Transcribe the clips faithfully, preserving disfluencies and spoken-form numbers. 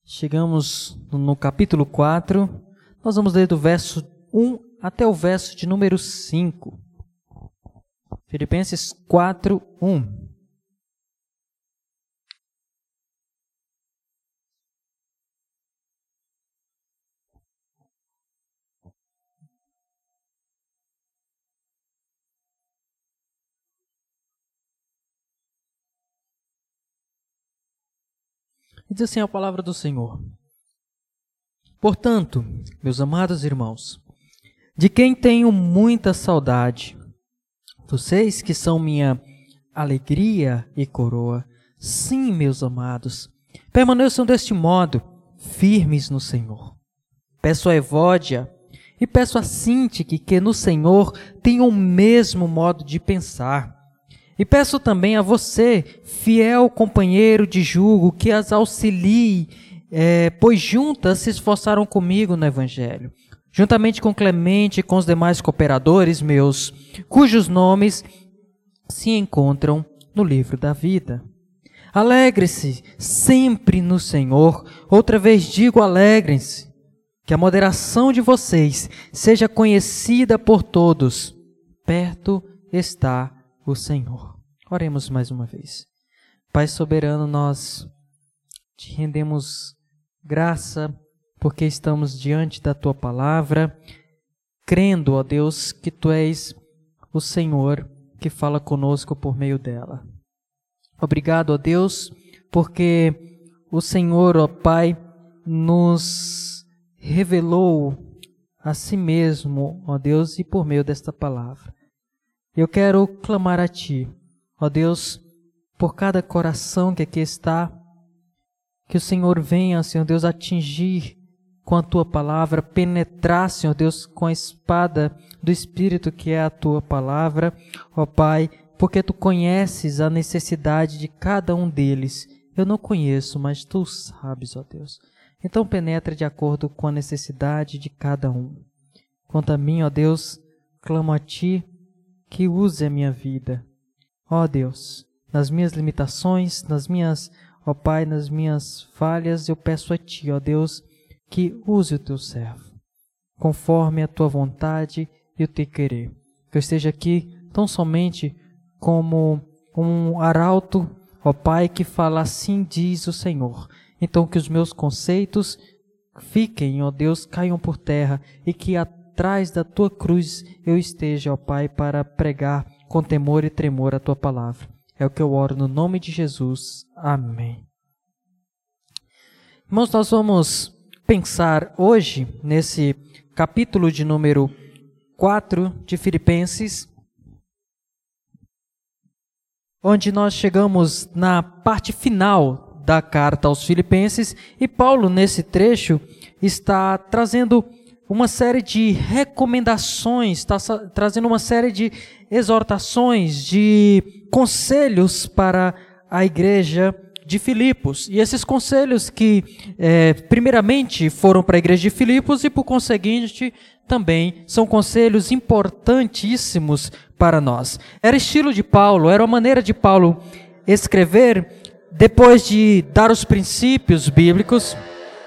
Chegamos no capítulo quatro, nós vamos ler do verso um até o verso de número cinco. Filipenses quatro, um. E diz assim a palavra do Senhor: Portanto, meus amados irmãos, de quem tenho muita saudade, vocês que são minha alegria e coroa, sim, meus amados, permaneçam deste modo, firmes no Senhor. Peço a Evódia e peço a Sintique que no Senhor tenham o mesmo modo de pensar. E peço também a você, fiel companheiro de jugo, que as auxilie, é, pois juntas se esforçaram comigo no Evangelho, juntamente com Clemente e com os demais cooperadores meus, cujos nomes se encontram no livro da vida. Alegre-se sempre no Senhor. Outra vez digo, alegrem-se. Que a moderação de vocês seja conhecida por todos. Perto está o Senhor. Oremos mais uma vez. Pai soberano, nós te rendemos graça porque estamos diante da tua palavra, crendo, ó Deus, que tu és o Senhor que fala conosco por meio dela. Obrigado, ó Deus, porque o Senhor, ó Pai, nos revelou a si mesmo, ó Deus, e por meio desta palavra. Eu quero clamar a Ti, ó Deus, por cada coração que aqui está, que o Senhor venha, Senhor Deus, atingir com a Tua palavra, penetrar, Senhor Deus, com a espada do Espírito que é a Tua palavra, ó Pai, porque Tu conheces a necessidade de cada um deles. Eu não conheço, mas Tu sabes, ó Deus. Então penetra de acordo com a necessidade de cada um. Quanto a mim, ó Deus, clamo a Ti, que use a minha vida. Ó Deus, nas minhas limitações, nas minhas, ó Pai, nas minhas falhas, eu peço a Ti, ó Deus, que use o Teu servo, conforme a Tua vontade e o Teu querer. Que eu esteja aqui tão somente como um arauto, ó Pai, que fala assim diz o Senhor. Então que os meus conceitos fiquem, ó Deus, caiam por terra e que atrás da Tua cruz eu esteja, ó Pai, para pregar com temor e tremor a Tua palavra. É o que eu oro no nome de Jesus. Amém. Irmãos, nós vamos pensar hoje nesse capítulo de número quatro de Filipenses, onde nós chegamos na parte final da carta aos Filipenses, e Paulo, nesse trecho, está trazendo uma série de recomendações, está trazendo uma série de exortações, de conselhos para a igreja de Filipos. E esses conselhos que, é, primeiramente, foram para a igreja de Filipos e, por conseguinte, também são conselhos importantíssimos para nós. Era estilo de Paulo, era a maneira de Paulo escrever, depois de dar os princípios bíblicos,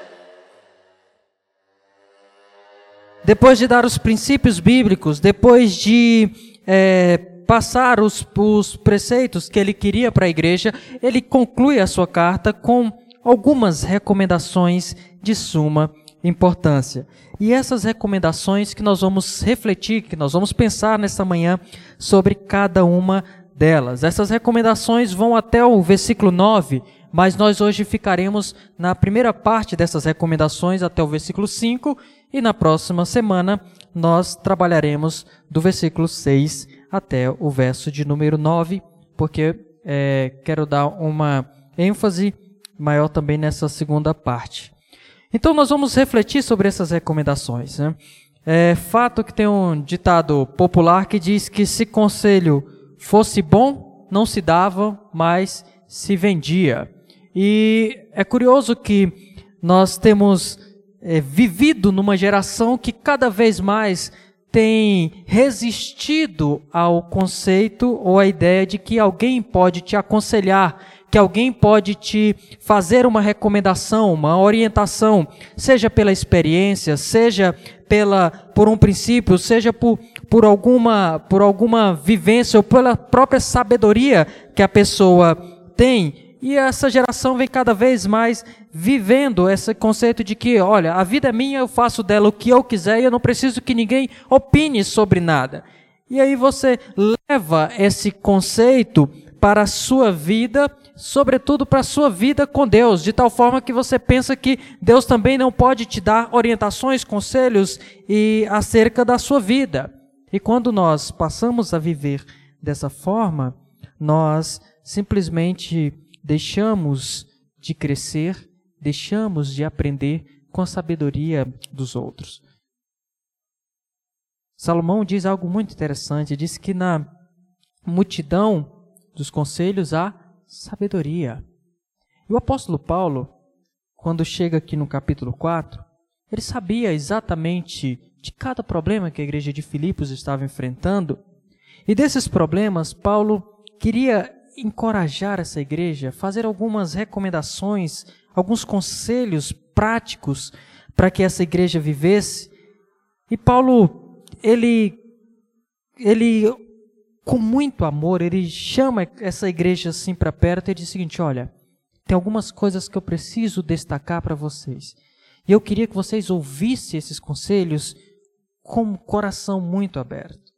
depois de dar os princípios bíblicos, depois de é, passar os, os preceitos que ele queria para a igreja, ele conclui a sua carta com algumas recomendações de suma importância. E essas recomendações que nós vamos refletir, que nós vamos pensar nesta manhã sobre cada uma delas. Essas recomendações vão até o versículo nove, mas nós hoje ficaremos na primeira parte dessas recomendações até o versículo cinco, e na próxima semana nós trabalharemos do versículo seis até o verso de número nove, porque é, quero dar uma ênfase maior também nessa segunda parte. Então nós vamos refletir sobre essas recomendações, né? É fato que tem um ditado popular que diz que se conselho fosse bom, não se dava, mas se vendia. E é curioso que nós temos é, vivido numa geração que cada vez mais tem resistido ao conceito ou à ideia de que alguém pode te aconselhar, que alguém pode te fazer uma recomendação, uma orientação, seja pela experiência, seja pela, por um princípio, seja por, por, alguma, por alguma vivência ou pela própria sabedoria que a pessoa tem. E essa geração vem cada vez mais vivendo esse conceito de que, olha, a vida é minha, eu faço dela o que eu quiser e eu não preciso que ninguém opine sobre nada. E aí você leva esse conceito para a sua vida, sobretudo para a sua vida com Deus, de tal forma que você pensa que Deus também não pode te dar orientações, conselhos e acerca da sua vida. E quando nós passamos a viver dessa forma, nós simplesmente deixamos de crescer, deixamos de aprender com a sabedoria dos outros. Salomão diz algo muito interessante, diz que na multidão dos conselhos há sabedoria. E o apóstolo Paulo, quando chega aqui no capítulo quatro, ele sabia exatamente de cada problema que a igreja de Filipos estava enfrentando, e desses problemas Paulo queria encorajar essa igreja, fazer algumas recomendações, alguns conselhos práticos para que essa igreja vivesse. E Paulo, ele, ele com muito amor, ele chama essa igreja assim para perto e diz o seguinte: olha, tem algumas coisas que eu preciso destacar para vocês. E eu queria que vocês ouvissem esses conselhos com o coração muito aberto.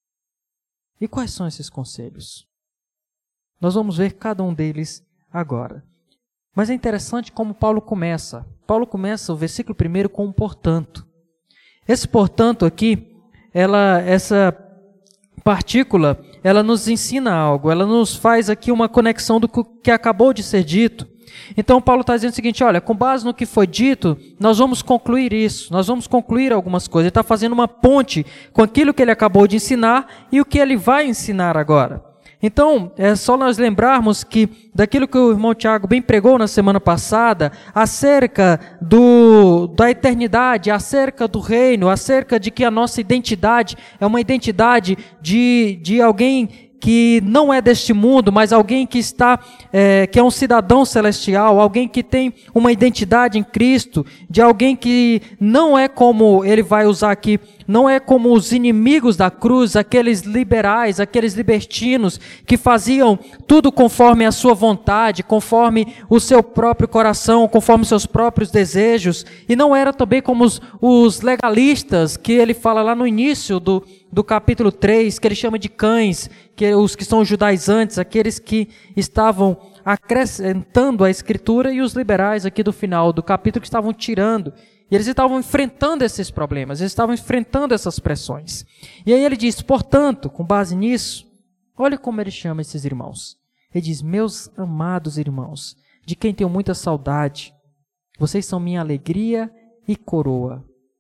E quais são esses conselhos? Nós vamos ver cada um deles agora. Mas é interessante como Paulo começa. Paulo começa o versículo primeiro com um portanto. Esse portanto aqui, ela, essa partícula, ela nos ensina algo, ela nos faz aqui uma conexão do que acabou de ser dito. Então Paulo está dizendo o seguinte: olha, com base no que foi dito, nós vamos concluir isso, nós vamos concluir algumas coisas. Ele está fazendo uma ponte com aquilo que ele acabou de ensinar e o que ele vai ensinar agora. Então, é só nós lembrarmos que daquilo que o irmão Tiago bem pregou na semana passada, acerca do, da eternidade, acerca do reino, acerca de que a nossa identidade é uma identidade de, de alguém que não é deste mundo, mas alguém que está, é, que é um cidadão celestial, alguém que tem uma identidade em Cristo, de alguém que não é como, ele vai usar aqui, não é como os inimigos da cruz, aqueles liberais, aqueles libertinos, que faziam tudo conforme a sua vontade, conforme o seu próprio coração, conforme os seus próprios desejos, e não era também como os, os legalistas, que ele fala lá no início do, do capítulo três, que ele chama de cães, que os que são judaizantes, aqueles que estavam acrescentando a escritura, e os liberais aqui do final do capítulo que estavam tirando. E eles estavam enfrentando esses problemas, eles estavam enfrentando essas pressões. E aí ele diz, portanto, com base nisso, olha como ele chama esses irmãos. Ele diz, meus amados irmãos, de quem tenho muita saudade, vocês são minha alegria e coroa.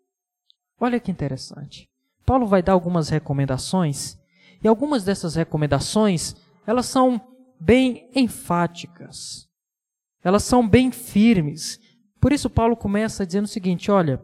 Olha que interessante. Paulo vai dar algumas recomendações, e algumas dessas recomendações, elas são bem enfáticas, elas são bem firmes. Por isso Paulo começa dizendo o seguinte, olha,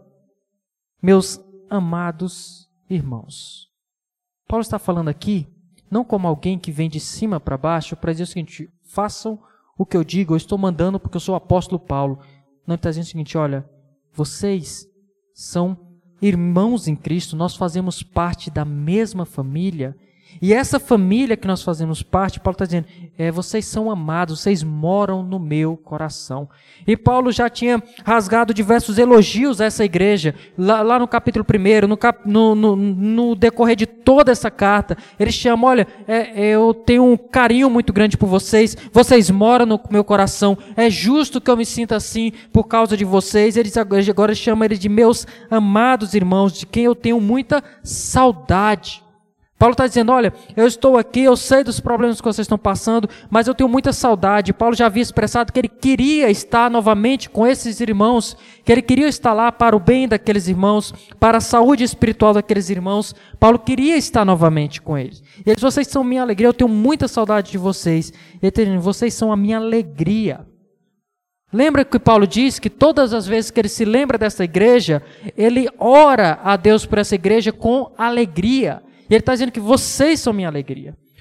meus amados irmãos. Paulo está falando aqui, não como alguém que vem de cima para baixo, para dizer o seguinte, façam o que eu digo, eu estou mandando porque eu sou o apóstolo Paulo. Não, ele está dizendo o seguinte, olha, vocês são irmãos em Cristo, nós fazemos parte da mesma família. E essa família que nós fazemos parte, Paulo está dizendo, é, vocês são amados, vocês moram no meu coração. E Paulo já tinha rasgado diversos elogios a essa igreja, lá, lá no capítulo primeiro, no, cap, no, no, no decorrer de toda essa carta. Ele chama, olha, é, eu tenho um carinho muito grande por vocês, vocês moram no meu coração, é justo que eu me sinta assim por causa de vocês. Ele agora chama ele de meus amados irmãos, de quem eu tenho muita saudade. Paulo está dizendo, olha, eu estou aqui, eu sei dos problemas que vocês estão passando, mas eu tenho muita saudade. Paulo já havia expressado que ele queria estar novamente com esses irmãos, que ele queria estar lá para o bem daqueles irmãos, para a saúde espiritual daqueles irmãos. Paulo queria estar novamente com eles. E eles, vocês são minha alegria, eu tenho muita saudade de vocês. E ele está dizendo, vocês são a minha alegria. Lembra que Paulo diz que todas as vezes que ele se lembra dessa igreja, ele ora a Deus por essa igreja com alegria. E ele está dizendo que vocês são minha alegria.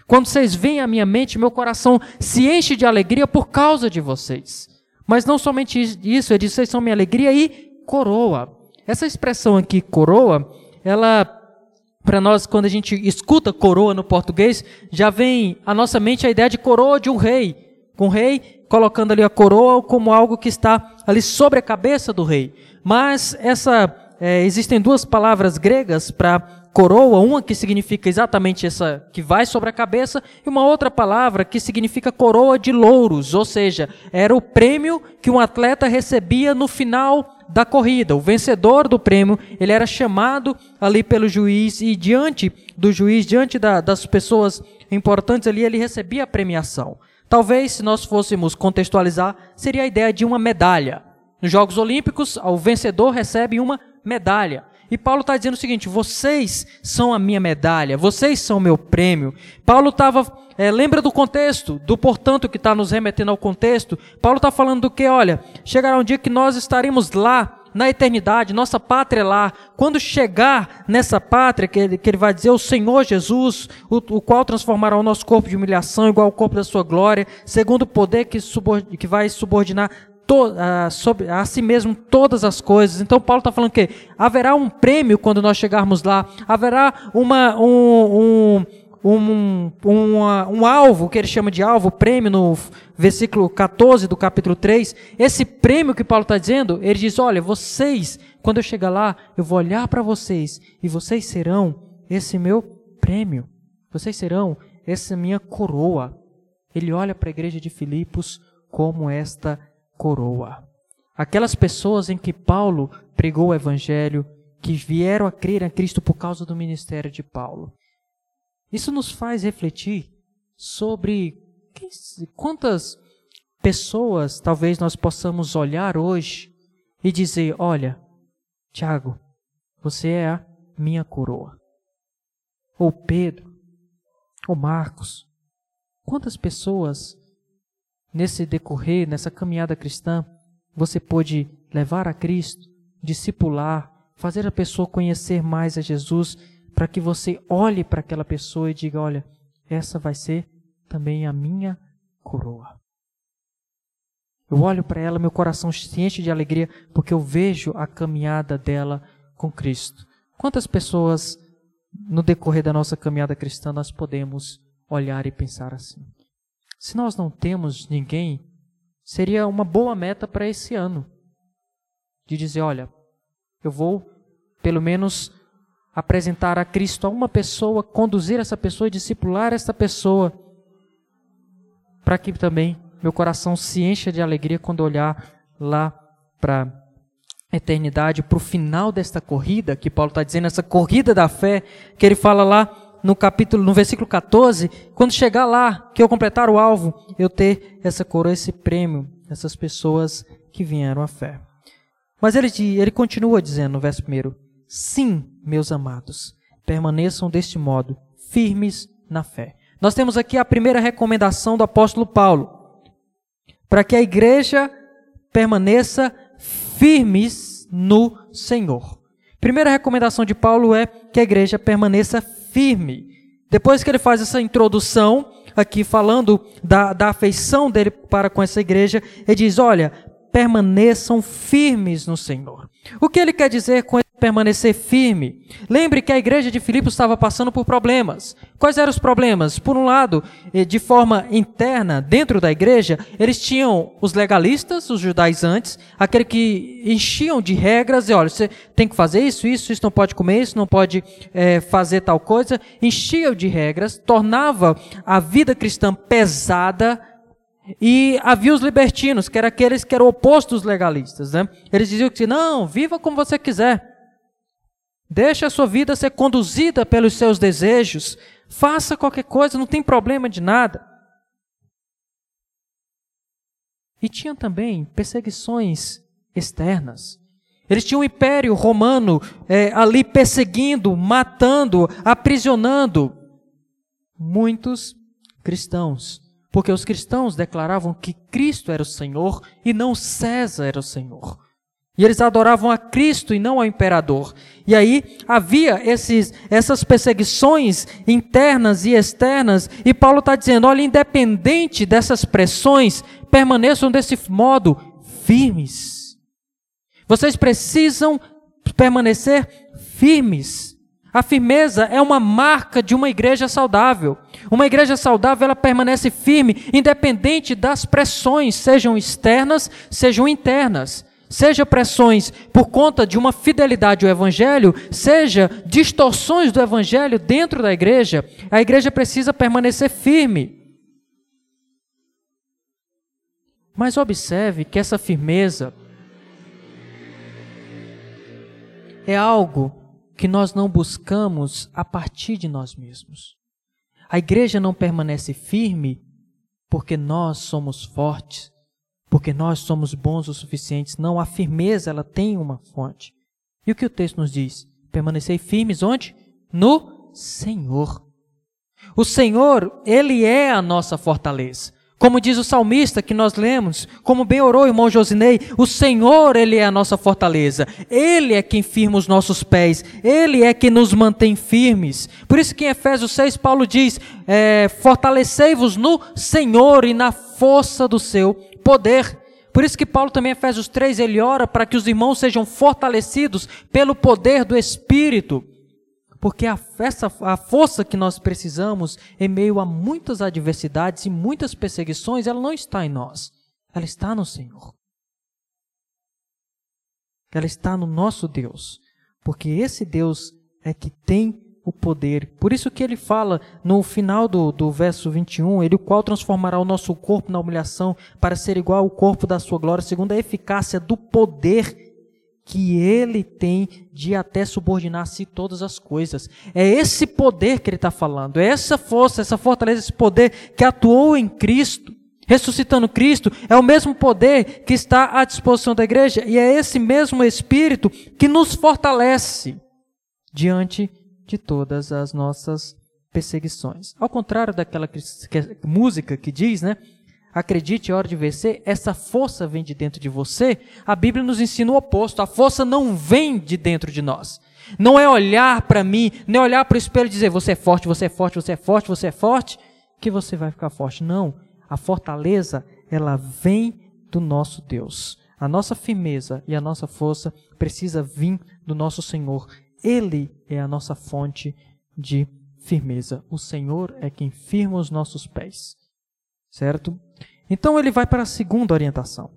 Quando vocês vêm à minha mente, meu coração se enche de alegria por causa de vocês. Mas não somente isso, ele diz, vocês são minha alegria e coroa. Essa expressão aqui, coroa, ela, para nós, quando a gente escuta coroa no português, já vem à nossa mente a ideia de coroa de um rei. Com o rei colocando ali a coroa como algo que está ali sobre a cabeça do rei. Mas essa, é, existem duas palavras gregas para coroa, uma que significa exatamente essa que vai sobre a cabeça, e uma outra palavra que significa coroa de louros, ou seja, era o prêmio que um atleta recebia no final da corrida. O vencedor do prêmio, ele era chamado ali pelo juiz e diante do juiz, diante da, das pessoas importantes ali, ele recebia a premiação. Talvez, se nós fôssemos contextualizar, seria a ideia de uma medalha. Nos Jogos Olímpicos, o vencedor recebe uma medalha. E Paulo está dizendo o seguinte, vocês são a minha medalha, vocês são o meu prêmio. Paulo estava, é, lembra do contexto, do portanto que está nos remetendo ao contexto. Paulo está falando do que, olha, chegará um dia que nós estaremos lá, na eternidade, nossa pátria é lá. Quando chegar nessa pátria, que ele, que ele vai dizer, o Senhor Jesus, o, o qual transformará o nosso corpo de humilhação igual ao corpo da sua glória, segundo o poder que, subord, que vai subordinar to, a, sobre, a si mesmo todas as coisas. Então Paulo está falando que haverá um prêmio quando nós chegarmos lá, haverá uma, um, um, um, uma, um alvo, que ele chama de alvo, prêmio no versículo catorze do capítulo três, esse prêmio que Paulo está dizendo, ele diz, olha, vocês, quando eu chegar lá, eu vou olhar para vocês, e vocês serão esse meu prêmio, vocês serão essa minha coroa. Ele olha para a igreja de Filipos como esta coroa. Aquelas pessoas em que Paulo pregou o evangelho, que vieram a crer em Cristo por causa do ministério de Paulo. Isso nos faz refletir sobre quantas pessoas talvez nós possamos olhar hoje e dizer, olha, Tiago, você é a minha coroa. Ou Pedro, ou Marcos. Quantas pessoas nesse decorrer, nessa caminhada cristã, você pôde levar a Cristo, discipular, fazer a pessoa conhecer mais a Jesus, para que você olhe para aquela pessoa e diga, olha, essa vai ser também a minha coroa. Eu olho para ela, meu coração se enche de alegria, porque eu vejo a caminhada dela com Cristo. Quantas pessoas, no decorrer da nossa caminhada cristã, nós podemos olhar e pensar assim? Se nós não temos ninguém, seria uma boa meta para esse ano, de dizer, olha, eu vou, pelo menos, apresentar a Cristo a uma pessoa, conduzir essa pessoa e discipular essa pessoa, para que também meu coração se encha de alegria quando olhar lá para a eternidade, para o final desta corrida, que Paulo está dizendo, essa corrida da fé, que ele fala lá no capítulo, no versículo catorze, quando chegar lá, que eu completar o alvo, eu ter essa coroa, esse prêmio, essas pessoas que vieram à fé. Mas ele, ele continua dizendo no verso primeiro, sim, meus amados, permaneçam deste modo, firmes na fé. Nós temos aqui a primeira recomendação do apóstolo Paulo, para que a igreja permaneça firmes no Senhor. Primeira recomendação de Paulo é que a igreja permaneça firme. Depois que ele faz essa introdução, aqui falando da, da afeição dele para com essa igreja, ele diz, olha, permaneçam firmes no Senhor. O que ele quer dizer com permanecer firme? Lembre que a igreja de Filipos estava passando por problemas. Quais eram os problemas? Por um lado, de forma interna, dentro da igreja, eles tinham os legalistas, os judaizantes, aqueles que enchiam de regras, e olha, você tem que fazer isso, isso, isso não pode comer, isso não pode é, fazer tal coisa, enchiam de regras, tornava a vida cristã pesada. E havia os libertinos, que eram aqueles que eram opostos aos legalistas, né? Eles diziam que não, viva como você quiser. Deixe a sua vida ser conduzida pelos seus desejos. Faça qualquer coisa, não tem problema de nada. E tinha também perseguições externas. Eles tinham o Império Romano é, ali perseguindo, matando, aprisionando muitos cristãos. Porque os cristãos declaravam que Cristo era o Senhor e não César era o Senhor. E eles adoravam a Cristo e não ao imperador. E aí havia esses, essas perseguições internas e externas. E Paulo está dizendo, olha, independente dessas pressões, permaneçam desse modo firmes. Vocês precisam permanecer firmes. A firmeza é uma marca de uma igreja saudável. Uma igreja saudável, ela permanece firme, independente das pressões, sejam externas, sejam internas. Seja pressões por conta de uma fidelidade ao Evangelho, seja distorções do Evangelho dentro da igreja, a igreja precisa permanecer firme. Mas observe que essa firmeza é algo que nós não buscamos a partir de nós mesmos. A igreja não permanece firme porque nós somos fortes, porque nós somos bons o suficiente. Não, a firmeza, ela tem uma fonte. E o que o texto nos diz? Permanecei firmes onde? No Senhor. O Senhor, Ele é a nossa fortaleza. Como diz o salmista que nós lemos, como bem orou o irmão Josinei, o Senhor, Ele é a nossa fortaleza. Ele é quem firma os nossos pés. Ele é quem nos mantém firmes. Por isso que em Efésios seis, Paulo diz, é, fortalecei-vos no Senhor e na força do seu poder. Por isso que Paulo também em Efésios três, ele ora para que os irmãos sejam fortalecidos pelo poder do Espírito. Porque a, essa, a força que nós precisamos em meio a muitas adversidades e muitas perseguições, ela não está em nós. Ela está no Senhor. Ela está no nosso Deus. Porque esse Deus é que tem o poder. Por isso que ele fala no final do, do verso vinte e um, ele o qual transformará o nosso corpo na humilhação para ser igual ao corpo da sua glória, segundo a eficácia do poder que ele tem de até subordinar a si todas as coisas. É esse poder que ele está falando, é essa força, essa fortaleza, esse poder que atuou em Cristo, ressuscitando Cristo, é o mesmo poder que está à disposição da igreja, e é esse mesmo Espírito que nos fortalece diante de todas as nossas perseguições. Ao contrário daquela que, que, música que diz, né? Acredite, é hora de vencer, essa força vem de dentro de você. A Bíblia nos ensina o oposto. A força não vem de dentro de nós. Não é olhar para mim, nem olhar para o espelho e dizer, você é forte, você é forte, você é forte, você é forte, que você vai ficar forte. Não, a fortaleza, ela vem do nosso Deus. A nossa firmeza e a nossa força precisa vir do nosso Senhor. Ele é a nossa fonte de firmeza. O Senhor é quem firma os nossos pés. Certo? Então ele vai para a segunda orientação.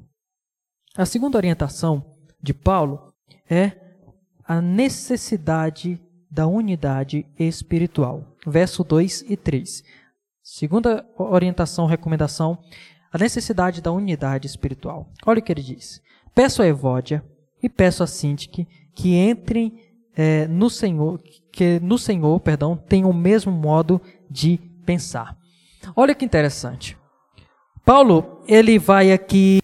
A segunda orientação de Paulo é a necessidade da unidade espiritual. Verso dois e três. Segunda orientação, recomendação, a necessidade da unidade espiritual. Olha o que ele diz. Peço a Evódia e peço a Sintique que entrem é, no Senhor, que no Senhor, perdão, tenham o mesmo modo de pensar. Olha que interessante. Paulo, ele vai aqui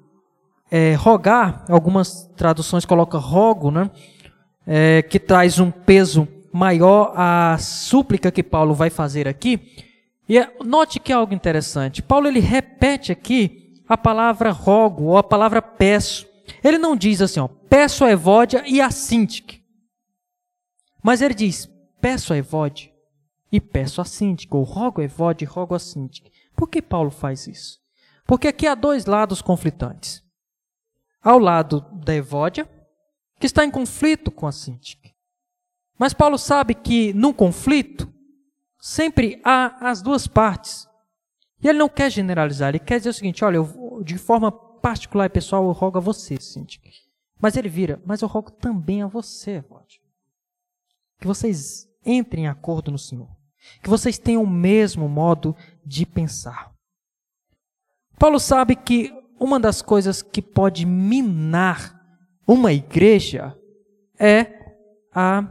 é, rogar, algumas traduções colocam rogo, né? É, que traz um peso maior à súplica que Paulo vai fazer aqui. E é, note que é algo interessante. Paulo, ele repete aqui a palavra rogo, ou a palavra peço. Ele não diz assim, ó, peço a Evódia e a Sintique. Mas ele diz, peço a Evódia e peço a Sintique, ou rogo a Evódia e rogo a Sintique. Por que Paulo faz isso? Porque aqui há dois lados conflitantes. Há o lado da Evódia, que está em conflito com a Sintique. Mas Paulo sabe que no conflito, sempre há as duas partes. E ele não quer generalizar, ele quer dizer o seguinte, olha, eu, de forma particular e pessoal, eu rogo a você, Sintique. Mas ele vira, mas eu rogo também a você, Evódia. Que vocês entrem em acordo no Senhor. Que vocês tenham o mesmo modo de pensar. Paulo sabe que uma das coisas que pode minar uma igreja é a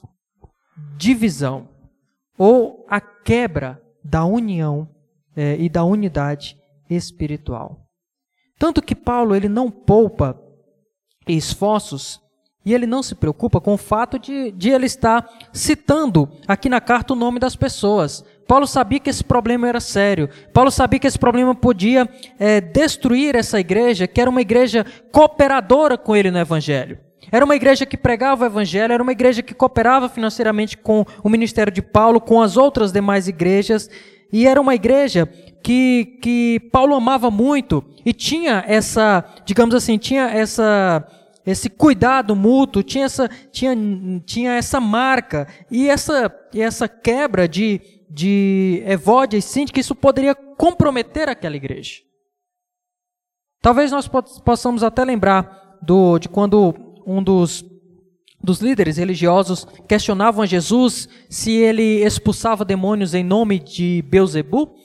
divisão ou a quebra da união é, e da unidade espiritual. Tanto que Paulo ele não poupa esforços e ele não se preocupa com o fato de, de ele estar citando aqui na carta o nome das pessoas. Paulo sabia que esse problema era sério. Paulo sabia que esse problema podia é, destruir essa igreja, que era uma igreja cooperadora com ele no evangelho. Era uma igreja que pregava o evangelho, era uma igreja que cooperava financeiramente com o ministério de Paulo, com as outras demais igrejas, e era uma igreja que, que Paulo amava muito e tinha essa, digamos assim, tinha essa, esse cuidado mútuo, tinha essa, tinha, tinha essa marca e essa, e essa quebra de, de Evódia e Síntique, isso poderia comprometer aquela igreja. Talvez nós possamos até lembrar do, de quando um dos, dos líderes religiosos questionavam a Jesus se ele expulsava demônios em nome de Belzebu.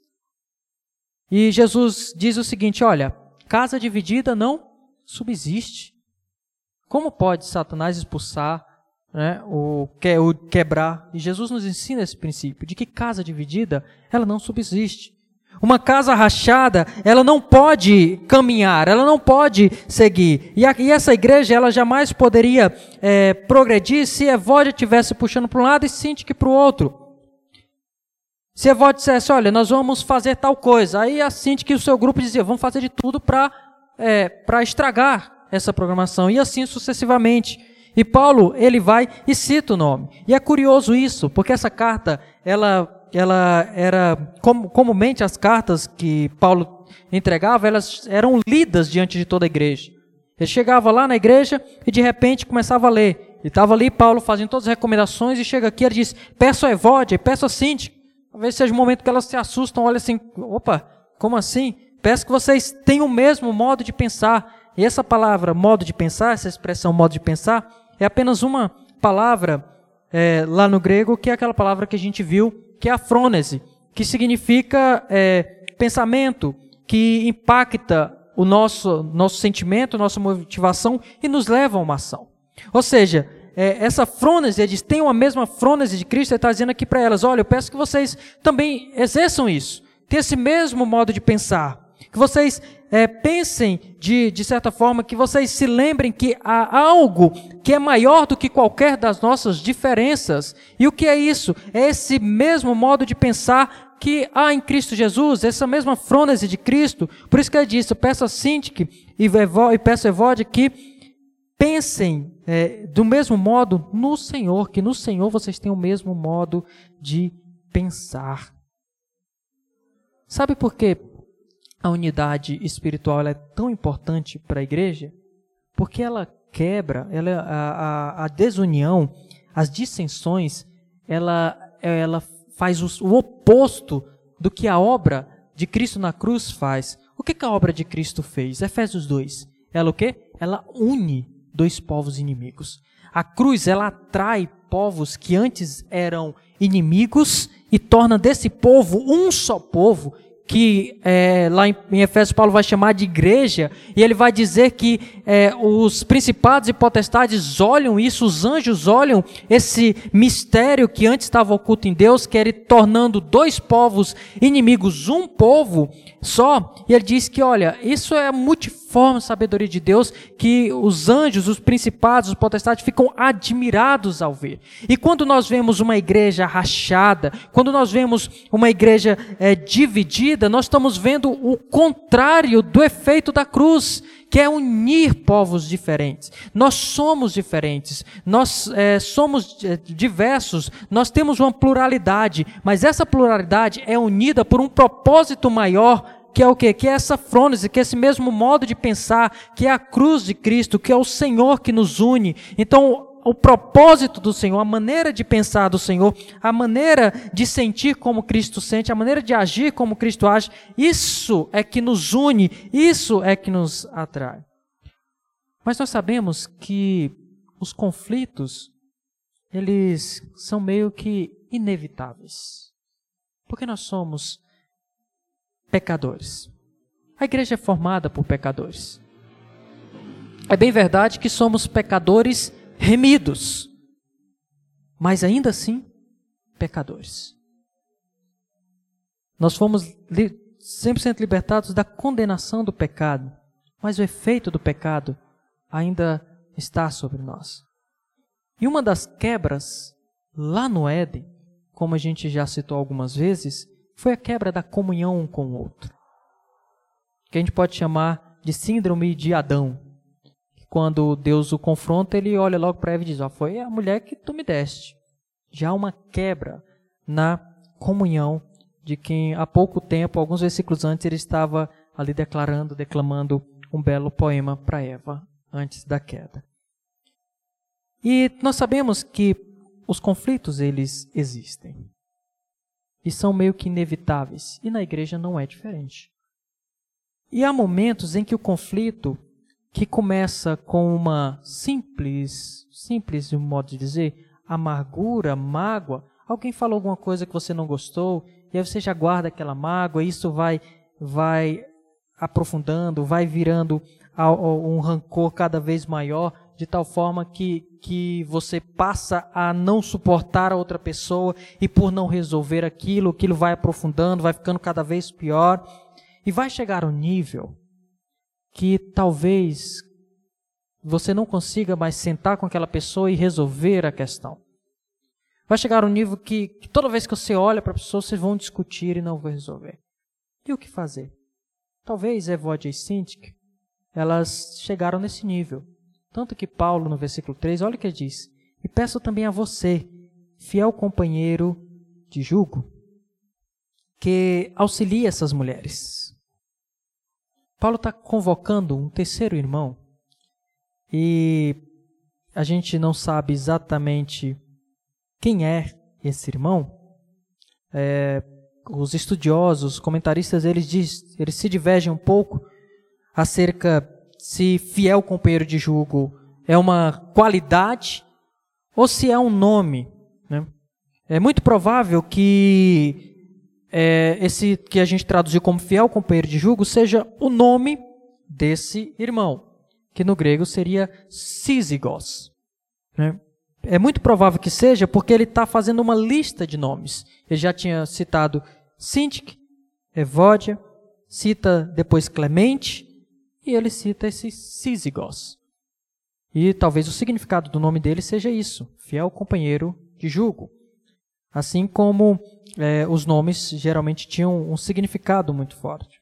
E Jesus diz o seguinte: olha, casa dividida não subsiste. Como pode Satanás expulsar, né, o, que, o quebrar? E Jesus nos ensina esse princípio, de que casa dividida, ela não subsiste. Uma casa rachada, ela não pode caminhar, ela não pode seguir. E, a, e essa igreja, ela jamais poderia é, progredir se Evódia estivesse puxando para um lado e Síntique para o outro. Se Evódia dissesse, olha, nós vamos fazer tal coisa, aí a Síntique e o seu grupo dizia, vamos fazer de tudo para é, para estragar essa programação, e assim sucessivamente. E Paulo, ele vai e cita o nome. E é curioso isso, porque essa carta, ela... ela era, como, comumente as cartas que Paulo entregava, elas eram lidas diante de toda a igreja. Ele chegava lá na igreja e de repente começava a ler. E estava ali Paulo fazendo todas as recomendações e chega aqui e ele diz, peço a Evódia, peço a Síntique. Talvez seja o momento que elas se assustam, olha assim, opa, como assim? Peço que vocês tenham o mesmo modo de pensar. E essa palavra modo de pensar, essa expressão modo de pensar, é apenas uma palavra é, lá no grego, que é aquela palavra que a gente viu, que é a frônese, que significa é, pensamento, que impacta o nosso, nosso sentimento, nossa motivação e nos leva a uma ação. Ou seja, é, essa frônese, ele diz, tenham a mesma frônese de Cristo, ele está dizendo aqui para elas, olha, eu peço que vocês também exerçam isso, tenham esse mesmo modo de pensar, que vocês é, pensem de, de certa forma, que vocês se lembrem que há algo que é maior do que qualquer das nossas diferenças. E o que é isso? É esse mesmo modo de pensar que há em Cristo Jesus, essa mesma frônese de Cristo. Por isso que ele disse, eu peço a Síntique e, e peço a Evódia que pensem é, do mesmo modo no Senhor, que no Senhor vocês têm o mesmo modo de pensar. Sabe por quê? A unidade espiritual ela é tão importante para a igreja, porque ela quebra, ela, a, a, a desunião, as dissensões, ela, ela faz o, o oposto do que a obra de Cristo na cruz faz. O que, que a obra de Cristo fez? Efésios dois. Ela o quê? Ela une dois povos inimigos. A cruz, ela atrai povos que antes eram inimigos e torna desse povo um só povo, que é, lá em, em Efésios Paulo vai chamar de igreja, e ele vai dizer que é, os principados e potestades olham isso, os anjos olham esse mistério que antes estava oculto em Deus, que era tornando dois povos inimigos um povo só, e ele diz que, olha, isso é a multiforme sabedoria de Deus, que os anjos, os principados, os potestades ficam admirados ao ver. E quando nós vemos uma igreja rachada, quando nós vemos uma igreja é, dividida, nós estamos vendo o contrário do efeito da cruz, que é unir povos diferentes. Nós somos diferentes, nós é, somos diversos, nós temos uma pluralidade, mas essa pluralidade é unida por um propósito maior, que é o quê? Que é essa frônese, que é esse mesmo modo de pensar, que é a cruz de Cristo, que é o Senhor que nos une. Então, o propósito do Senhor, a maneira de pensar do Senhor, a maneira de sentir como Cristo sente, a maneira de agir como Cristo age, isso é que nos une, isso é que nos atrai. Mas nós sabemos que os conflitos, eles são meio que inevitáveis, porque nós somos pecadores. A igreja é formada por pecadores. É bem verdade que somos pecadores remidos, mas ainda assim, pecadores. Nós fomos li- cem por cento libertados da condenação do pecado, mas o efeito do pecado ainda está sobre nós. E uma das quebras lá no Éden, como a gente já citou algumas vezes, foi a quebra da comunhão um com o outro. Que a gente pode chamar de síndrome de Adão. Quando Deus o confronta, ele olha logo para Eva e diz, ó, foi a mulher que tu me deste. Já há uma quebra na comunhão de quem há pouco tempo, alguns versículos antes, ele estava ali declarando, declamando um belo poema para Eva, antes da queda. E nós sabemos que os conflitos, eles existem. E são meio que inevitáveis. E na igreja não é diferente. E há momentos em que o conflito, que começa com uma simples, simples de um modo de dizer, amargura, mágoa, alguém falou alguma coisa que você não gostou, e aí você já guarda aquela mágoa, e isso vai, vai aprofundando, vai virando um rancor cada vez maior, de tal forma que, que você passa a não suportar a outra pessoa, e por não resolver aquilo, aquilo vai aprofundando, vai ficando cada vez pior, e vai chegar um nível que talvez você não consiga mais sentar com aquela pessoa e resolver a questão. Vai chegar um nível que, que toda vez que você olha para a pessoa, vocês vão discutir e não vão resolver. E o que fazer? Talvez Evódia e Síntique, elas chegaram nesse nível. Tanto que Paulo, no versículo três, olha o que ele diz. E peço também a você, fiel companheiro de jugo, que auxilie essas mulheres. Paulo está convocando um terceiro irmão e a gente não sabe exatamente quem é esse irmão. É, os estudiosos, comentaristas, eles, diz, eles se divergem um pouco acerca se fiel companheiro de jugo é uma qualidade ou se é um nome. Né? É muito provável que É, esse que a gente traduziu como fiel companheiro de jugo seja o nome desse irmão, que no grego seria Sísigos. Né? É muito provável que seja porque ele está fazendo uma lista de nomes. Ele já tinha citado Síntique, Evódia, cita depois Clemente e ele cita esse Sísigos. E talvez o significado do nome dele seja isso, fiel companheiro de jugo. Assim como é, os nomes geralmente tinham um significado muito forte.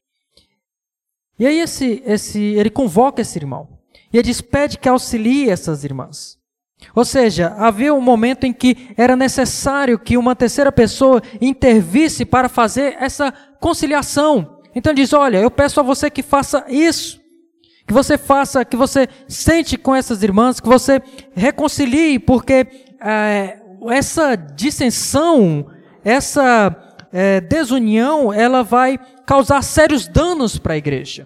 E aí esse, esse, ele convoca esse irmão. E ele diz, pede que auxilie essas irmãs. Ou seja, havia um momento em que era necessário que uma terceira pessoa intervisse para fazer essa conciliação. Então ele diz, olha, eu peço a você que faça isso. Que você faça, que você sente com essas irmãs, que você reconcilie, porque é, essa dissensão, essa é, desunião, ela vai causar sérios danos para a igreja.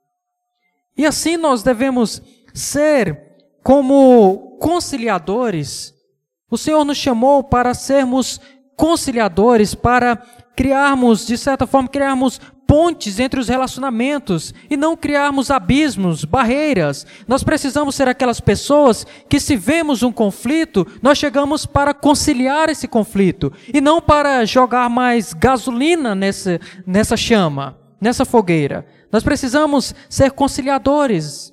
E assim nós devemos ser como conciliadores. O Senhor nos chamou para sermos conciliadores, para criarmos, de certa forma, criarmos pontes entre os relacionamentos e não criarmos abismos, barreiras. Nós precisamos ser aquelas pessoas que, se vemos um conflito, nós chegamos para conciliar esse conflito e não para jogar mais gasolina nessa, nessa chama, nessa fogueira. Nós precisamos ser conciliadores.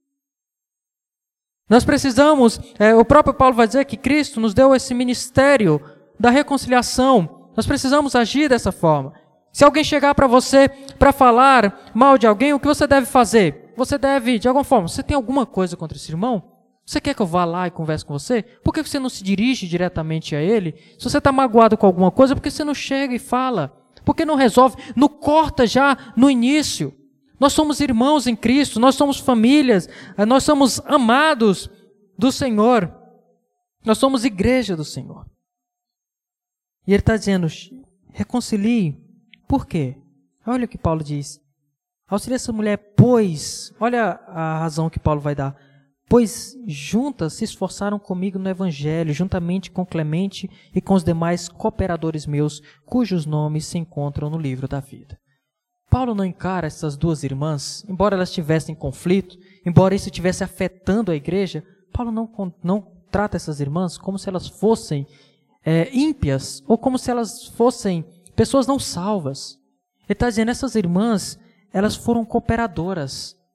Nós precisamos, é, o próprio Paulo vai dizer que Cristo nos deu esse ministério da reconciliação. Nós precisamos agir dessa forma. Se alguém chegar para você para falar mal de alguém, o que você deve fazer? Você deve, de alguma forma, você tem alguma coisa contra esse irmão? Você quer que eu vá lá e converse com você? Por que você não se dirige diretamente a ele? Se você está magoado com alguma coisa, por que você não chega e fala? Por que não resolve? Não corta já no início. Nós somos irmãos em Cristo, nós somos famílias, nós somos amados do Senhor. Nós somos igreja do Senhor. E ele está dizendo, reconcilie. Por quê? Olha o que Paulo diz. Auxilia essa mulher, pois, olha a razão que Paulo vai dar. Pois juntas se esforçaram comigo no Evangelho, juntamente com Clemente e com os demais cooperadores meus, cujos nomes se encontram no livro da vida. Paulo não encara essas duas irmãs, embora elas tivessem conflito, embora isso estivesse afetando a igreja, Paulo não, não trata essas irmãs como se elas fossem é, ímpias, ou como se elas fossem pessoas não salvas. Ele está dizendo, essas irmãs, elas foram cooperadoras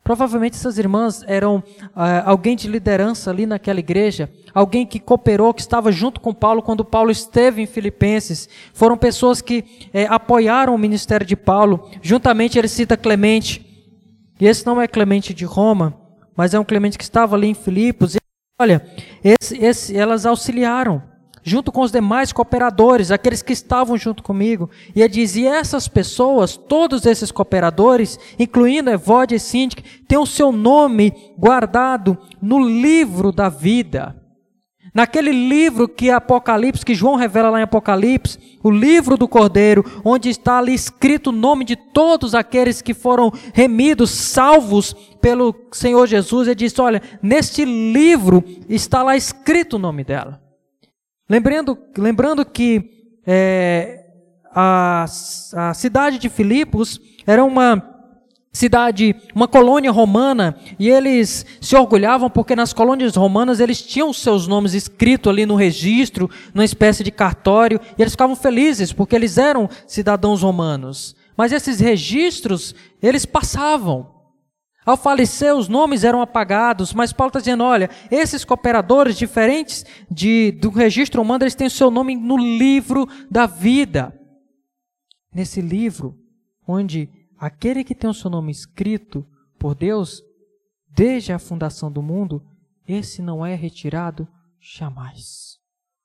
Provavelmente essas irmãs eram ah, alguém de liderança ali naquela igreja, alguém que cooperou, que estava junto com Paulo quando Paulo esteve em Filipenses. Foram pessoas que eh, apoiaram o ministério de Paulo. Juntamente ele cita Clemente, e esse não é Clemente de Roma, mas é um Clemente que estava ali em Filipos. E, olha, esse, esse, elas auxiliaram, junto com os demais cooperadores, aqueles que estavam junto comigo. E ele diz, e essas pessoas, todos esses cooperadores, incluindo Evódia e Síndica, têm o seu nome guardado no livro da vida. Naquele livro que Apocalipse, que João revela lá em Apocalipse, o livro do Cordeiro, onde está ali escrito o nome de todos aqueles que foram remidos, salvos pelo Senhor Jesus. Ele diz, olha, neste livro está lá escrito o nome dela. Lembrando, lembrando que é, a, a cidade de Filipos era uma cidade, uma colônia romana, e eles se orgulhavam porque nas colônias romanas eles tinham seus nomes escritos ali no registro, numa espécie de cartório, e eles ficavam felizes porque eles eram cidadãos romanos. Mas esses registros, eles passavam. Ao falecer, os nomes eram apagados, mas Paulo está dizendo, olha, esses cooperadores diferentes de, do registro humano, eles têm o seu nome no livro da vida. Nesse livro, onde aquele que tem o seu nome escrito por Deus, desde a fundação do mundo, esse não é retirado jamais.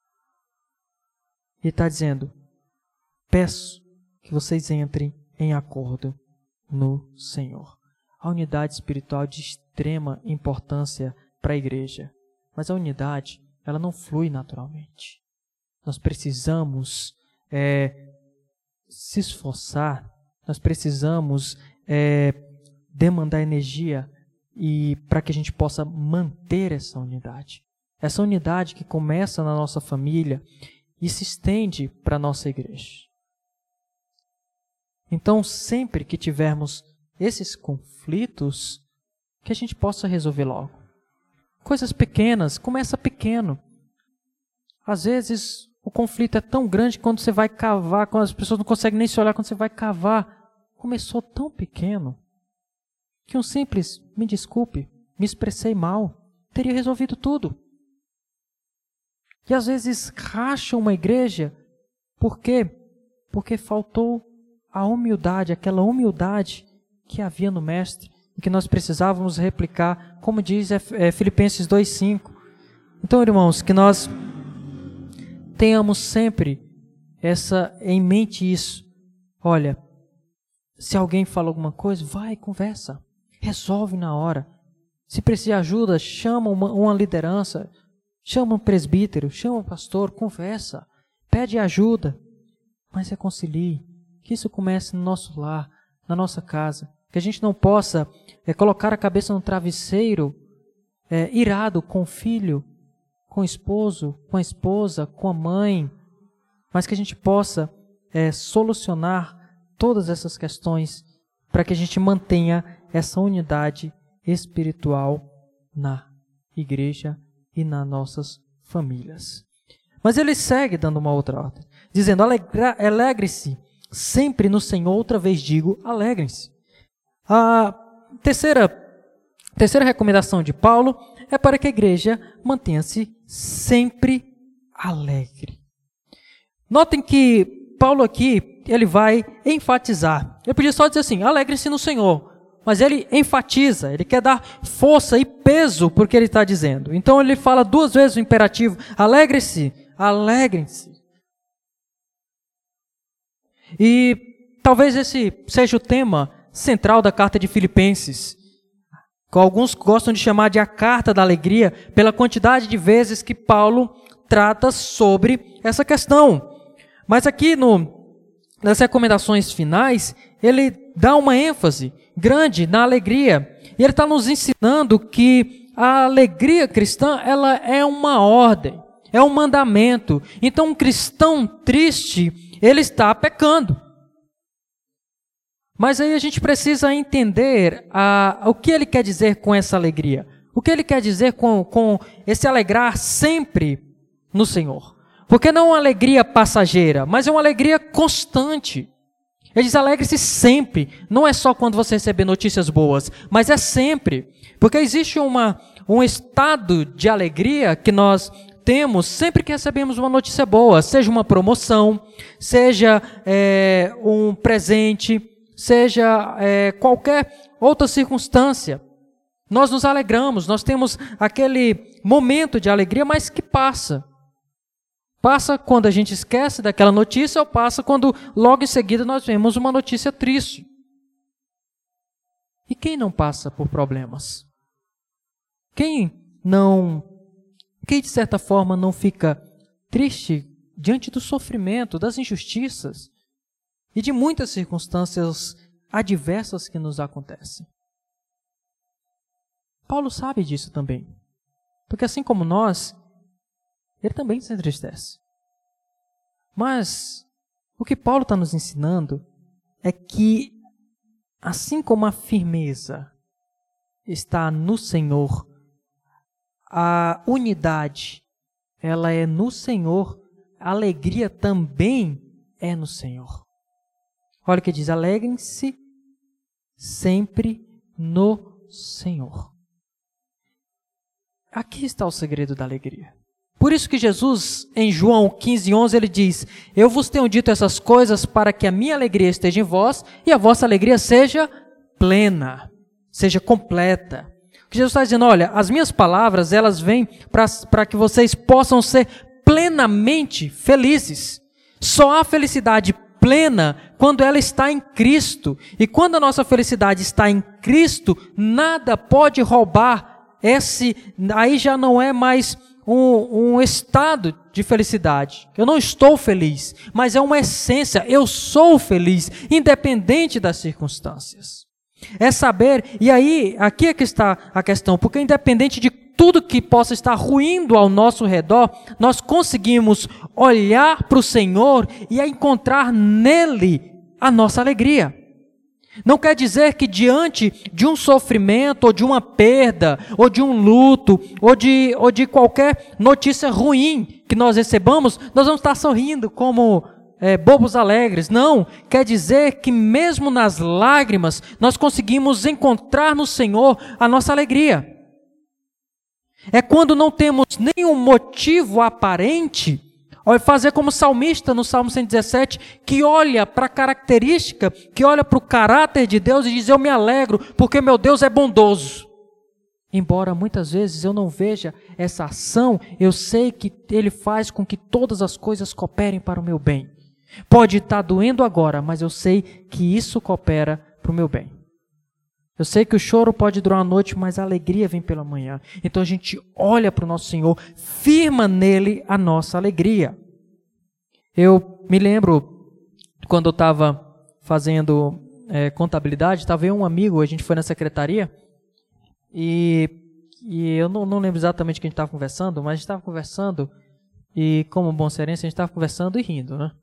Ele está dizendo, peço que vocês entrem em acordo no Senhor. A unidade espiritual de extrema importância para a igreja. Mas a unidade, ela não flui naturalmente. Nós precisamos é, se esforçar, nós precisamos é, demandar energia e para que a gente possa manter essa unidade. Essa unidade que começa na nossa família e se estende para a nossa igreja. Então, sempre que tivermos esses conflitos, que a gente possa resolver logo. Coisas pequenas, começa pequeno. Às vezes o conflito é tão grande que quando você vai cavar, quando as pessoas não conseguem nem se olhar, quando você vai cavar, começou tão pequeno, que um simples, me desculpe, me expressei mal, teria resolvido tudo. E às vezes racha uma igreja, por quê? Porque faltou a humildade, aquela humildade que havia no Mestre e que nós precisávamos replicar, como diz é, Filipenses dois, cinco. Então, irmãos, que nós tenhamos sempre essa, em mente isso. Olha, se alguém fala alguma coisa, vai, conversa, resolve na hora. Se precisar de ajuda, chama uma, uma liderança, chama um presbítero, chama um pastor, conversa, pede ajuda, mas reconcilie. Que isso comece no nosso lar, na nossa casa. Que a gente não possa é, colocar a cabeça no travesseiro, é, irado com o filho, com o esposo, com a esposa, com a mãe, mas que a gente possa é, solucionar todas essas questões para que a gente mantenha essa unidade espiritual na igreja e nas nossas famílias. Mas ele segue dando uma outra ordem, dizendo, alegre-se sempre no Senhor, outra vez digo, alegrem-se. A terceira, terceira recomendação de Paulo é para que a igreja mantenha-se sempre alegre. Notem que Paulo aqui, ele vai enfatizar. Ele podia só dizer assim, alegre-se no Senhor. Mas ele enfatiza, ele quer dar força e peso para o que ele está dizendo. Então ele fala duas vezes o imperativo, alegre-se, alegrem-se. E talvez esse seja o tema central da carta de Filipenses, que alguns gostam de chamar de a carta da alegria, pela quantidade de vezes que Paulo trata sobre essa questão. Mas aqui no, nas recomendações finais, ele dá uma ênfase grande na alegria. E ele está nos ensinando que a alegria cristã, ela é uma ordem, é um mandamento. Então um cristão triste, ele está pecando. Mas aí a gente precisa entender a, o que ele quer dizer com essa alegria. O que ele quer dizer com, com esse alegrar sempre no Senhor. Porque não é uma alegria passageira, mas é uma alegria constante. Ele diz, alegre-se sempre. Não é só quando você receber notícias boas, mas é sempre. Porque existe uma, um estado de alegria que nós temos sempre que recebemos uma notícia boa, seja uma promoção, seja é, um presente, seja é, qualquer outra circunstância. Nós nos alegramos, nós temos aquele momento de alegria, mas que passa. Passa quando a gente esquece daquela notícia ou passa quando logo em seguida nós vemos uma notícia triste. E quem não passa por problemas? Quem não... Quem, de certa forma, não fica triste diante do sofrimento, das injustiças e de muitas circunstâncias adversas que nos acontecem? Paulo sabe disso também. Porque assim como nós, ele também se entristece. Mas o que Paulo está nos ensinando é que, assim como a firmeza está no Senhor, a unidade, ela é no Senhor, a alegria também é no Senhor. Olha o que diz, alegrem-se sempre no Senhor. Aqui está o segredo da alegria. Por isso que Jesus, em João quinze, onze, ele diz, eu vos tenho dito essas coisas para que a minha alegria esteja em vós e a vossa alegria seja plena, seja completa. Jesus está dizendo, olha, as minhas palavras, elas vêm para que vocês possam ser plenamente felizes. Só há felicidade plena quando ela está em Cristo. E quando a nossa felicidade está em Cristo, nada pode roubar esse, aí já não é mais um, um estado de felicidade. Eu não estou feliz, mas é uma essência, eu sou feliz, independente das circunstâncias. É saber, e aí, aqui é que está a questão, porque independente de tudo que possa estar ruindo ao nosso redor, nós conseguimos olhar para o Senhor e encontrar nele a nossa alegria. Não quer dizer que diante de um sofrimento, ou de uma perda, ou de um luto, ou de, ou de qualquer notícia ruim que nós recebamos, nós vamos estar sorrindo como... É, bobos alegres. Não, quer dizer que mesmo nas lágrimas, nós conseguimos encontrar no Senhor a nossa alegria. É quando não temos nenhum motivo aparente, fazer como o salmista no Salmo cento e dezessete, que olha para a característica, que olha para o caráter de Deus e diz, eu me alegro porque meu Deus é bondoso. Embora muitas vezes eu não veja essa ação, eu sei que Ele faz com que todas as coisas cooperem para o meu bem. Pode estar doendo agora, mas eu sei que isso coopera para o meu bem. Eu sei que o choro pode durar uma noite, mas a alegria vem pela manhã. Então a gente olha para o nosso Senhor, firma nele a nossa alegria. Eu me lembro, quando eu estava fazendo é, contabilidade, estava eu e um amigo, a gente foi na secretaria, e, e eu não, não lembro exatamente o que a gente estava conversando, mas a gente estava conversando, e como bom cearense, a gente estava conversando e rindo, né?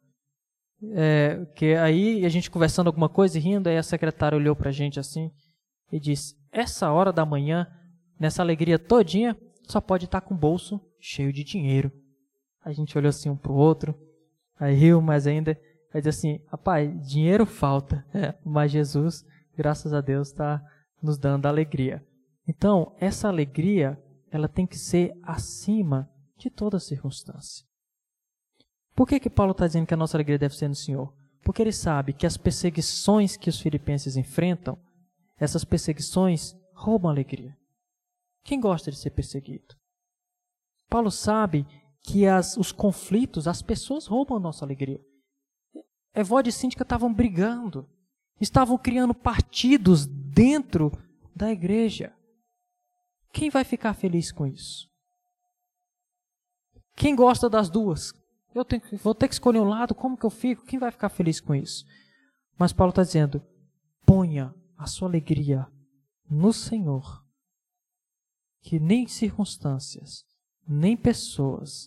É, que aí a gente conversando alguma coisa e rindo, aí a secretária olhou pra gente assim e disse, essa hora da manhã, nessa alegria todinha, só pode estar com o bolso cheio de dinheiro. A gente olhou assim um pro outro, aí riu, mas ainda, aí disse assim, rapaz, dinheiro falta, é, mas Jesus, graças a Deus, está nos dando alegria. Então, essa alegria, ela tem que ser acima de toda circunstância. Por que que Paulo está dizendo que a nossa alegria deve ser no Senhor? Porque ele sabe que as perseguições que os filipenses enfrentam, essas perseguições roubam a alegria. Quem gosta de ser perseguido? Paulo sabe que as, os conflitos, as pessoas roubam a nossa alegria. Evódia e Síntica estavam brigando, estavam criando partidos dentro da igreja. Quem vai ficar feliz com isso? Quem gosta das duas? Eu tenho, vou ter que escolher um lado, como que eu fico? Quem vai ficar feliz com isso? Mas Paulo está dizendo, ponha a sua alegria no Senhor, que nem circunstâncias, nem pessoas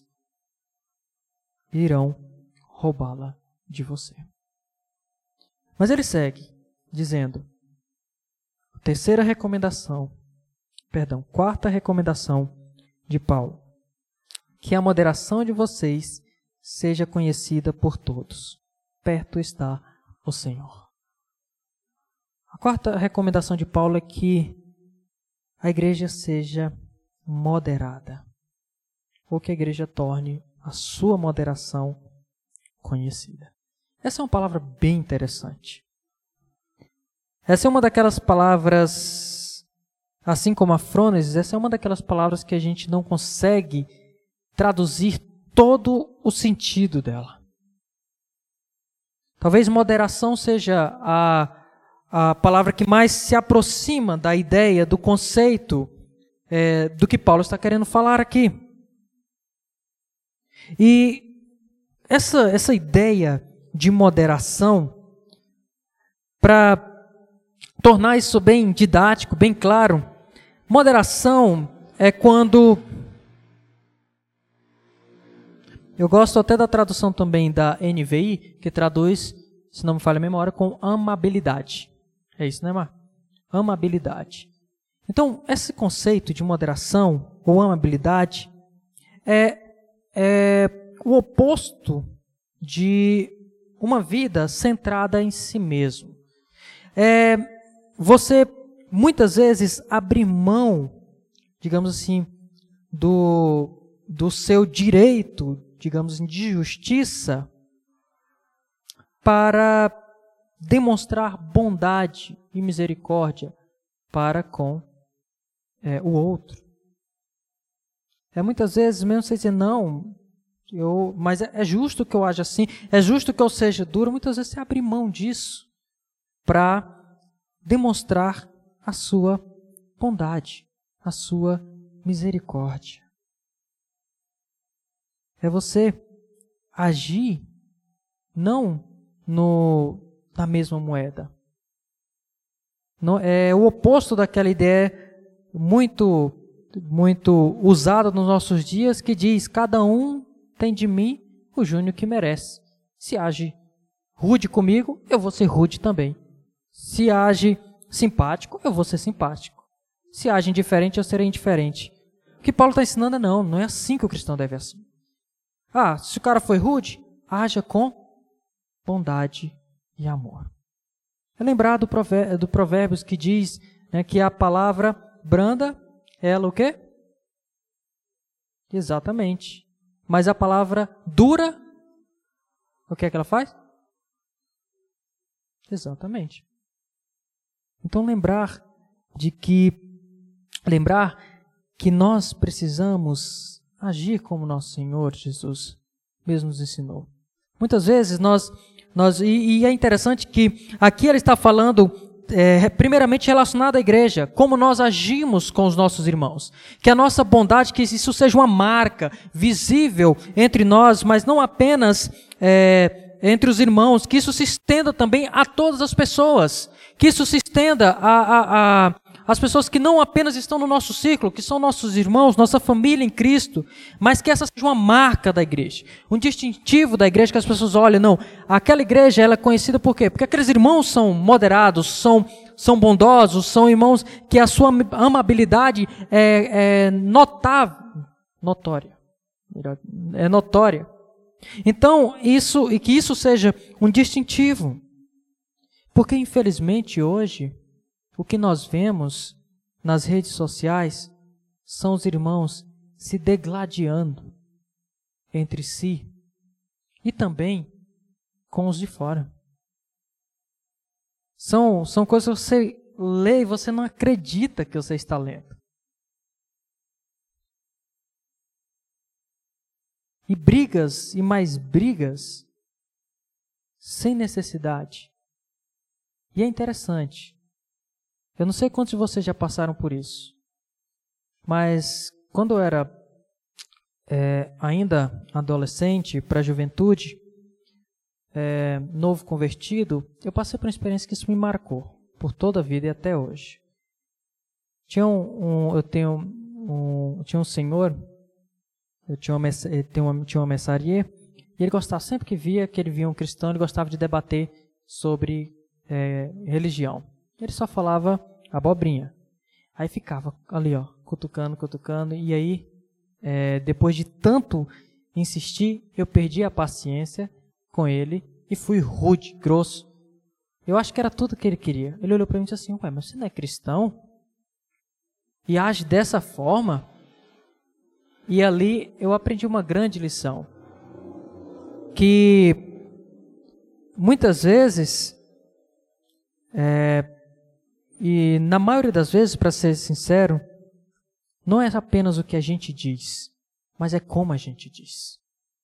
irão roubá-la de você. Mas ele segue dizendo, terceira recomendação, perdão, quarta recomendação de Paulo, que a moderação de vocês seja conhecida por todos. Perto está o Senhor. A quarta recomendação de Paulo é que a igreja seja moderada, ou que a igreja torne a sua moderação conhecida. Essa é uma palavra bem interessante. Essa é uma daquelas palavras, assim como a frônesis, essa é uma daquelas palavras que a gente não consegue traduzir todo o sentido dela. Talvez moderação seja a, a palavra que mais se aproxima da ideia, do conceito é, do que Paulo está querendo falar aqui. E essa, essa ideia de moderação, para tornar isso bem didático, bem claro, moderação é quando... Eu gosto até da tradução também da N V I, que traduz, se não me falha a memória, com amabilidade. É isso, né, Mar? Amabilidade. Então, esse conceito de moderação ou amabilidade é, é o oposto de uma vida centrada em si mesmo. É você, muitas vezes, abrir mão, digamos assim, do, do seu direito, digamos assim, de justiça, para demonstrar bondade e misericórdia para com é, o outro. É muitas vezes mesmo você dizer, não, eu, mas é, é justo que eu haja assim, é justo que eu seja duro, muitas vezes você abre mão disso para demonstrar a sua bondade, a sua misericórdia. É você agir não no, na mesma moeda. Não, é o oposto daquela ideia muito, muito usada nos nossos dias, que diz, cada um tem de mim o júnior que merece. Se age rude comigo, eu vou ser rude também. Se age simpático, eu vou ser simpático. Se age indiferente, eu serei indiferente. O que Paulo está ensinando é não, não é assim que o cristão deve agir. Ah, se o cara foi rude, haja com bondade e amor. É lembrar do, provér- do Provérbios que diz, né, que a palavra branda, ela o quê? Exatamente. Mas a palavra dura, o que é que ela faz? Exatamente. Então lembrar de que, lembrar que nós precisamos agir como nosso Senhor Jesus mesmo nos ensinou. Muitas vezes nós, nós e, e é interessante que aqui ele está falando é, primeiramente relacionado à igreja, como nós agimos com os nossos irmãos. Que a nossa bondade, que isso seja uma marca visível entre nós, mas não apenas é, entre os irmãos, que isso se estenda também a todas as pessoas. Que isso se estenda a, a, a as pessoas que não apenas estão no nosso círculo, que são nossos irmãos, nossa família em Cristo, mas que essa seja uma marca da igreja, um distintivo da igreja, que as pessoas olham, não, aquela igreja ela é conhecida por quê? Porque aqueles irmãos são moderados, são, são bondosos, são irmãos que a sua amabilidade é, é notável, notória, é notória. Então, isso, e que isso seja um distintivo, porque infelizmente hoje, o que nós vemos nas redes sociais são os irmãos se degladiando entre si e também com os de fora. São, são coisas que você lê e você não acredita que você está lendo. E brigas e mais brigas sem necessidade. E é interessante. Eu não sei quantos de vocês já passaram por isso, mas quando eu era é, ainda adolescente, para a juventude, é, novo convertido, eu passei por uma experiência que isso me marcou por toda a vida e até hoje. Tinha um, um, eu tenho um, tinha um senhor, eu tinha uma, eu tinha uma, tinha uma messaria, e ele gostava, sempre que via que ele via um cristão, ele gostava de debater sobre é, religião. Ele só falava abobrinha. Aí ficava ali, ó, cutucando, cutucando. E aí, é, depois de tanto insistir, eu perdi a paciência com ele e fui rude, grosso Eu acho que era tudo que ele queria. Ele olhou para mim e disse assim, ué, mas você não é cristão? E age dessa forma? E ali eu aprendi uma grande lição. Que muitas vezes, é, e na maioria das vezes, para ser sincero, não é apenas o que a gente diz, mas é como a gente diz.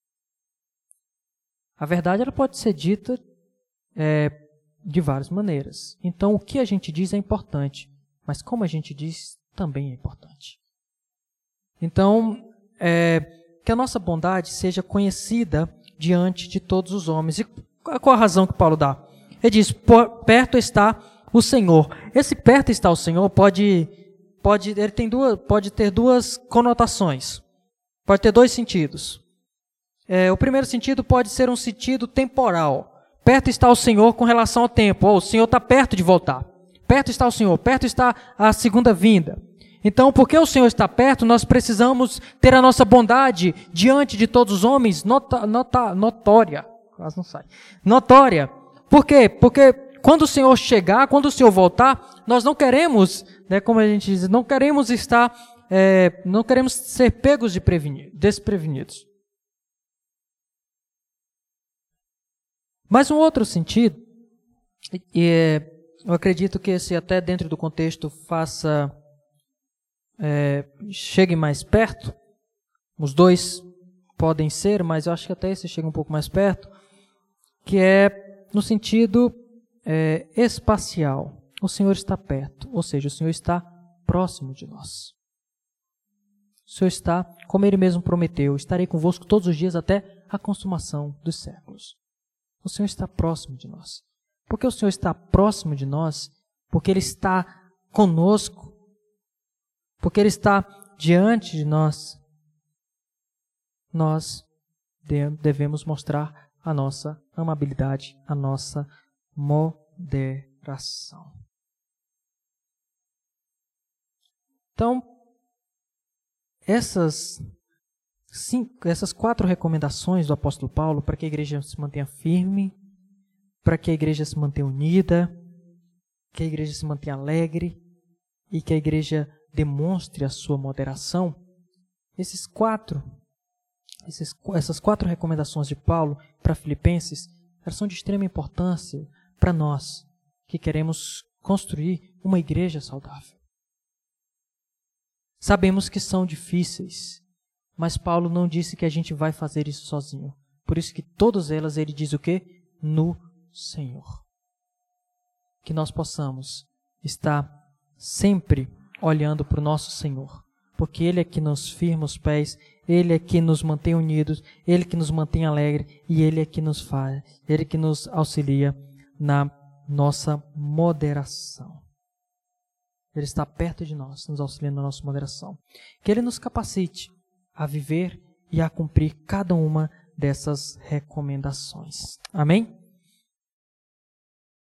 A verdade ela pode ser dita é, de várias maneiras. Então, o que a gente diz é importante, mas como a gente diz também é importante. Então, é, que a nossa bondade seja conhecida diante de todos os homens. E qual a razão que Paulo dá? Ele diz, perto está o Senhor. Esse perto está o Senhor pode, pode, ele tem duas, pode ter duas conotações. Pode ter dois sentidos. É, o primeiro sentido pode ser um sentido temporal. Perto está o Senhor com relação ao tempo. Ou o Senhor está perto de voltar. Perto está o Senhor, perto está a segunda vinda. Então, porque o Senhor está perto, nós precisamos ter a nossa bondade diante de todos os homens nota, nota, notória. Quase não sai. Notória. Por quê? Porque quando o Senhor chegar, quando o Senhor voltar, nós não queremos, né, como a gente diz, não queremos estar, é, não queremos ser pegos de desprevenidos. Mas um outro sentido, e eu acredito que esse até dentro do contexto faça, é, chegue mais perto, os dois podem ser, mas eu acho que até esse chega um pouco mais perto, que é no sentido é, espacial. O Senhor está perto, ou seja, o Senhor está próximo de nós. O Senhor está, como Ele mesmo prometeu, estarei convosco todos os dias até a consumação dos séculos. O Senhor está próximo de nós. Porque o Senhor está próximo de nós, porque Ele está conosco, porque Ele está diante de nós, nós devemos mostrar a nossa amabilidade, a nossa moderação. Então, essas, cinco, essas quatro recomendações do apóstolo Paulo para que a igreja se mantenha firme, para que a igreja se mantenha unida, que a igreja se mantenha alegre e que a igreja demonstre a sua moderação, esses quatro, esses, essas quatro recomendações de Paulo para Filipenses, elas são de extrema importância para nós que queremos construir uma igreja saudável. Sabemos que são difíceis, mas Paulo não disse que a gente vai fazer isso sozinho. Por isso que todas elas ele diz o quê? No Senhor. Que nós possamos estar sempre olhando para o nosso Senhor, porque Ele é que nos firma os pés, Ele é que nos mantém unidos, Ele é que nos mantém alegres e Ele é que nos faz, Ele é que nos auxilia na nossa moderação. Ele está perto de nós, nos auxiliando na nossa moderação. Que Ele nos capacite a viver e a cumprir cada uma dessas recomendações. Amém?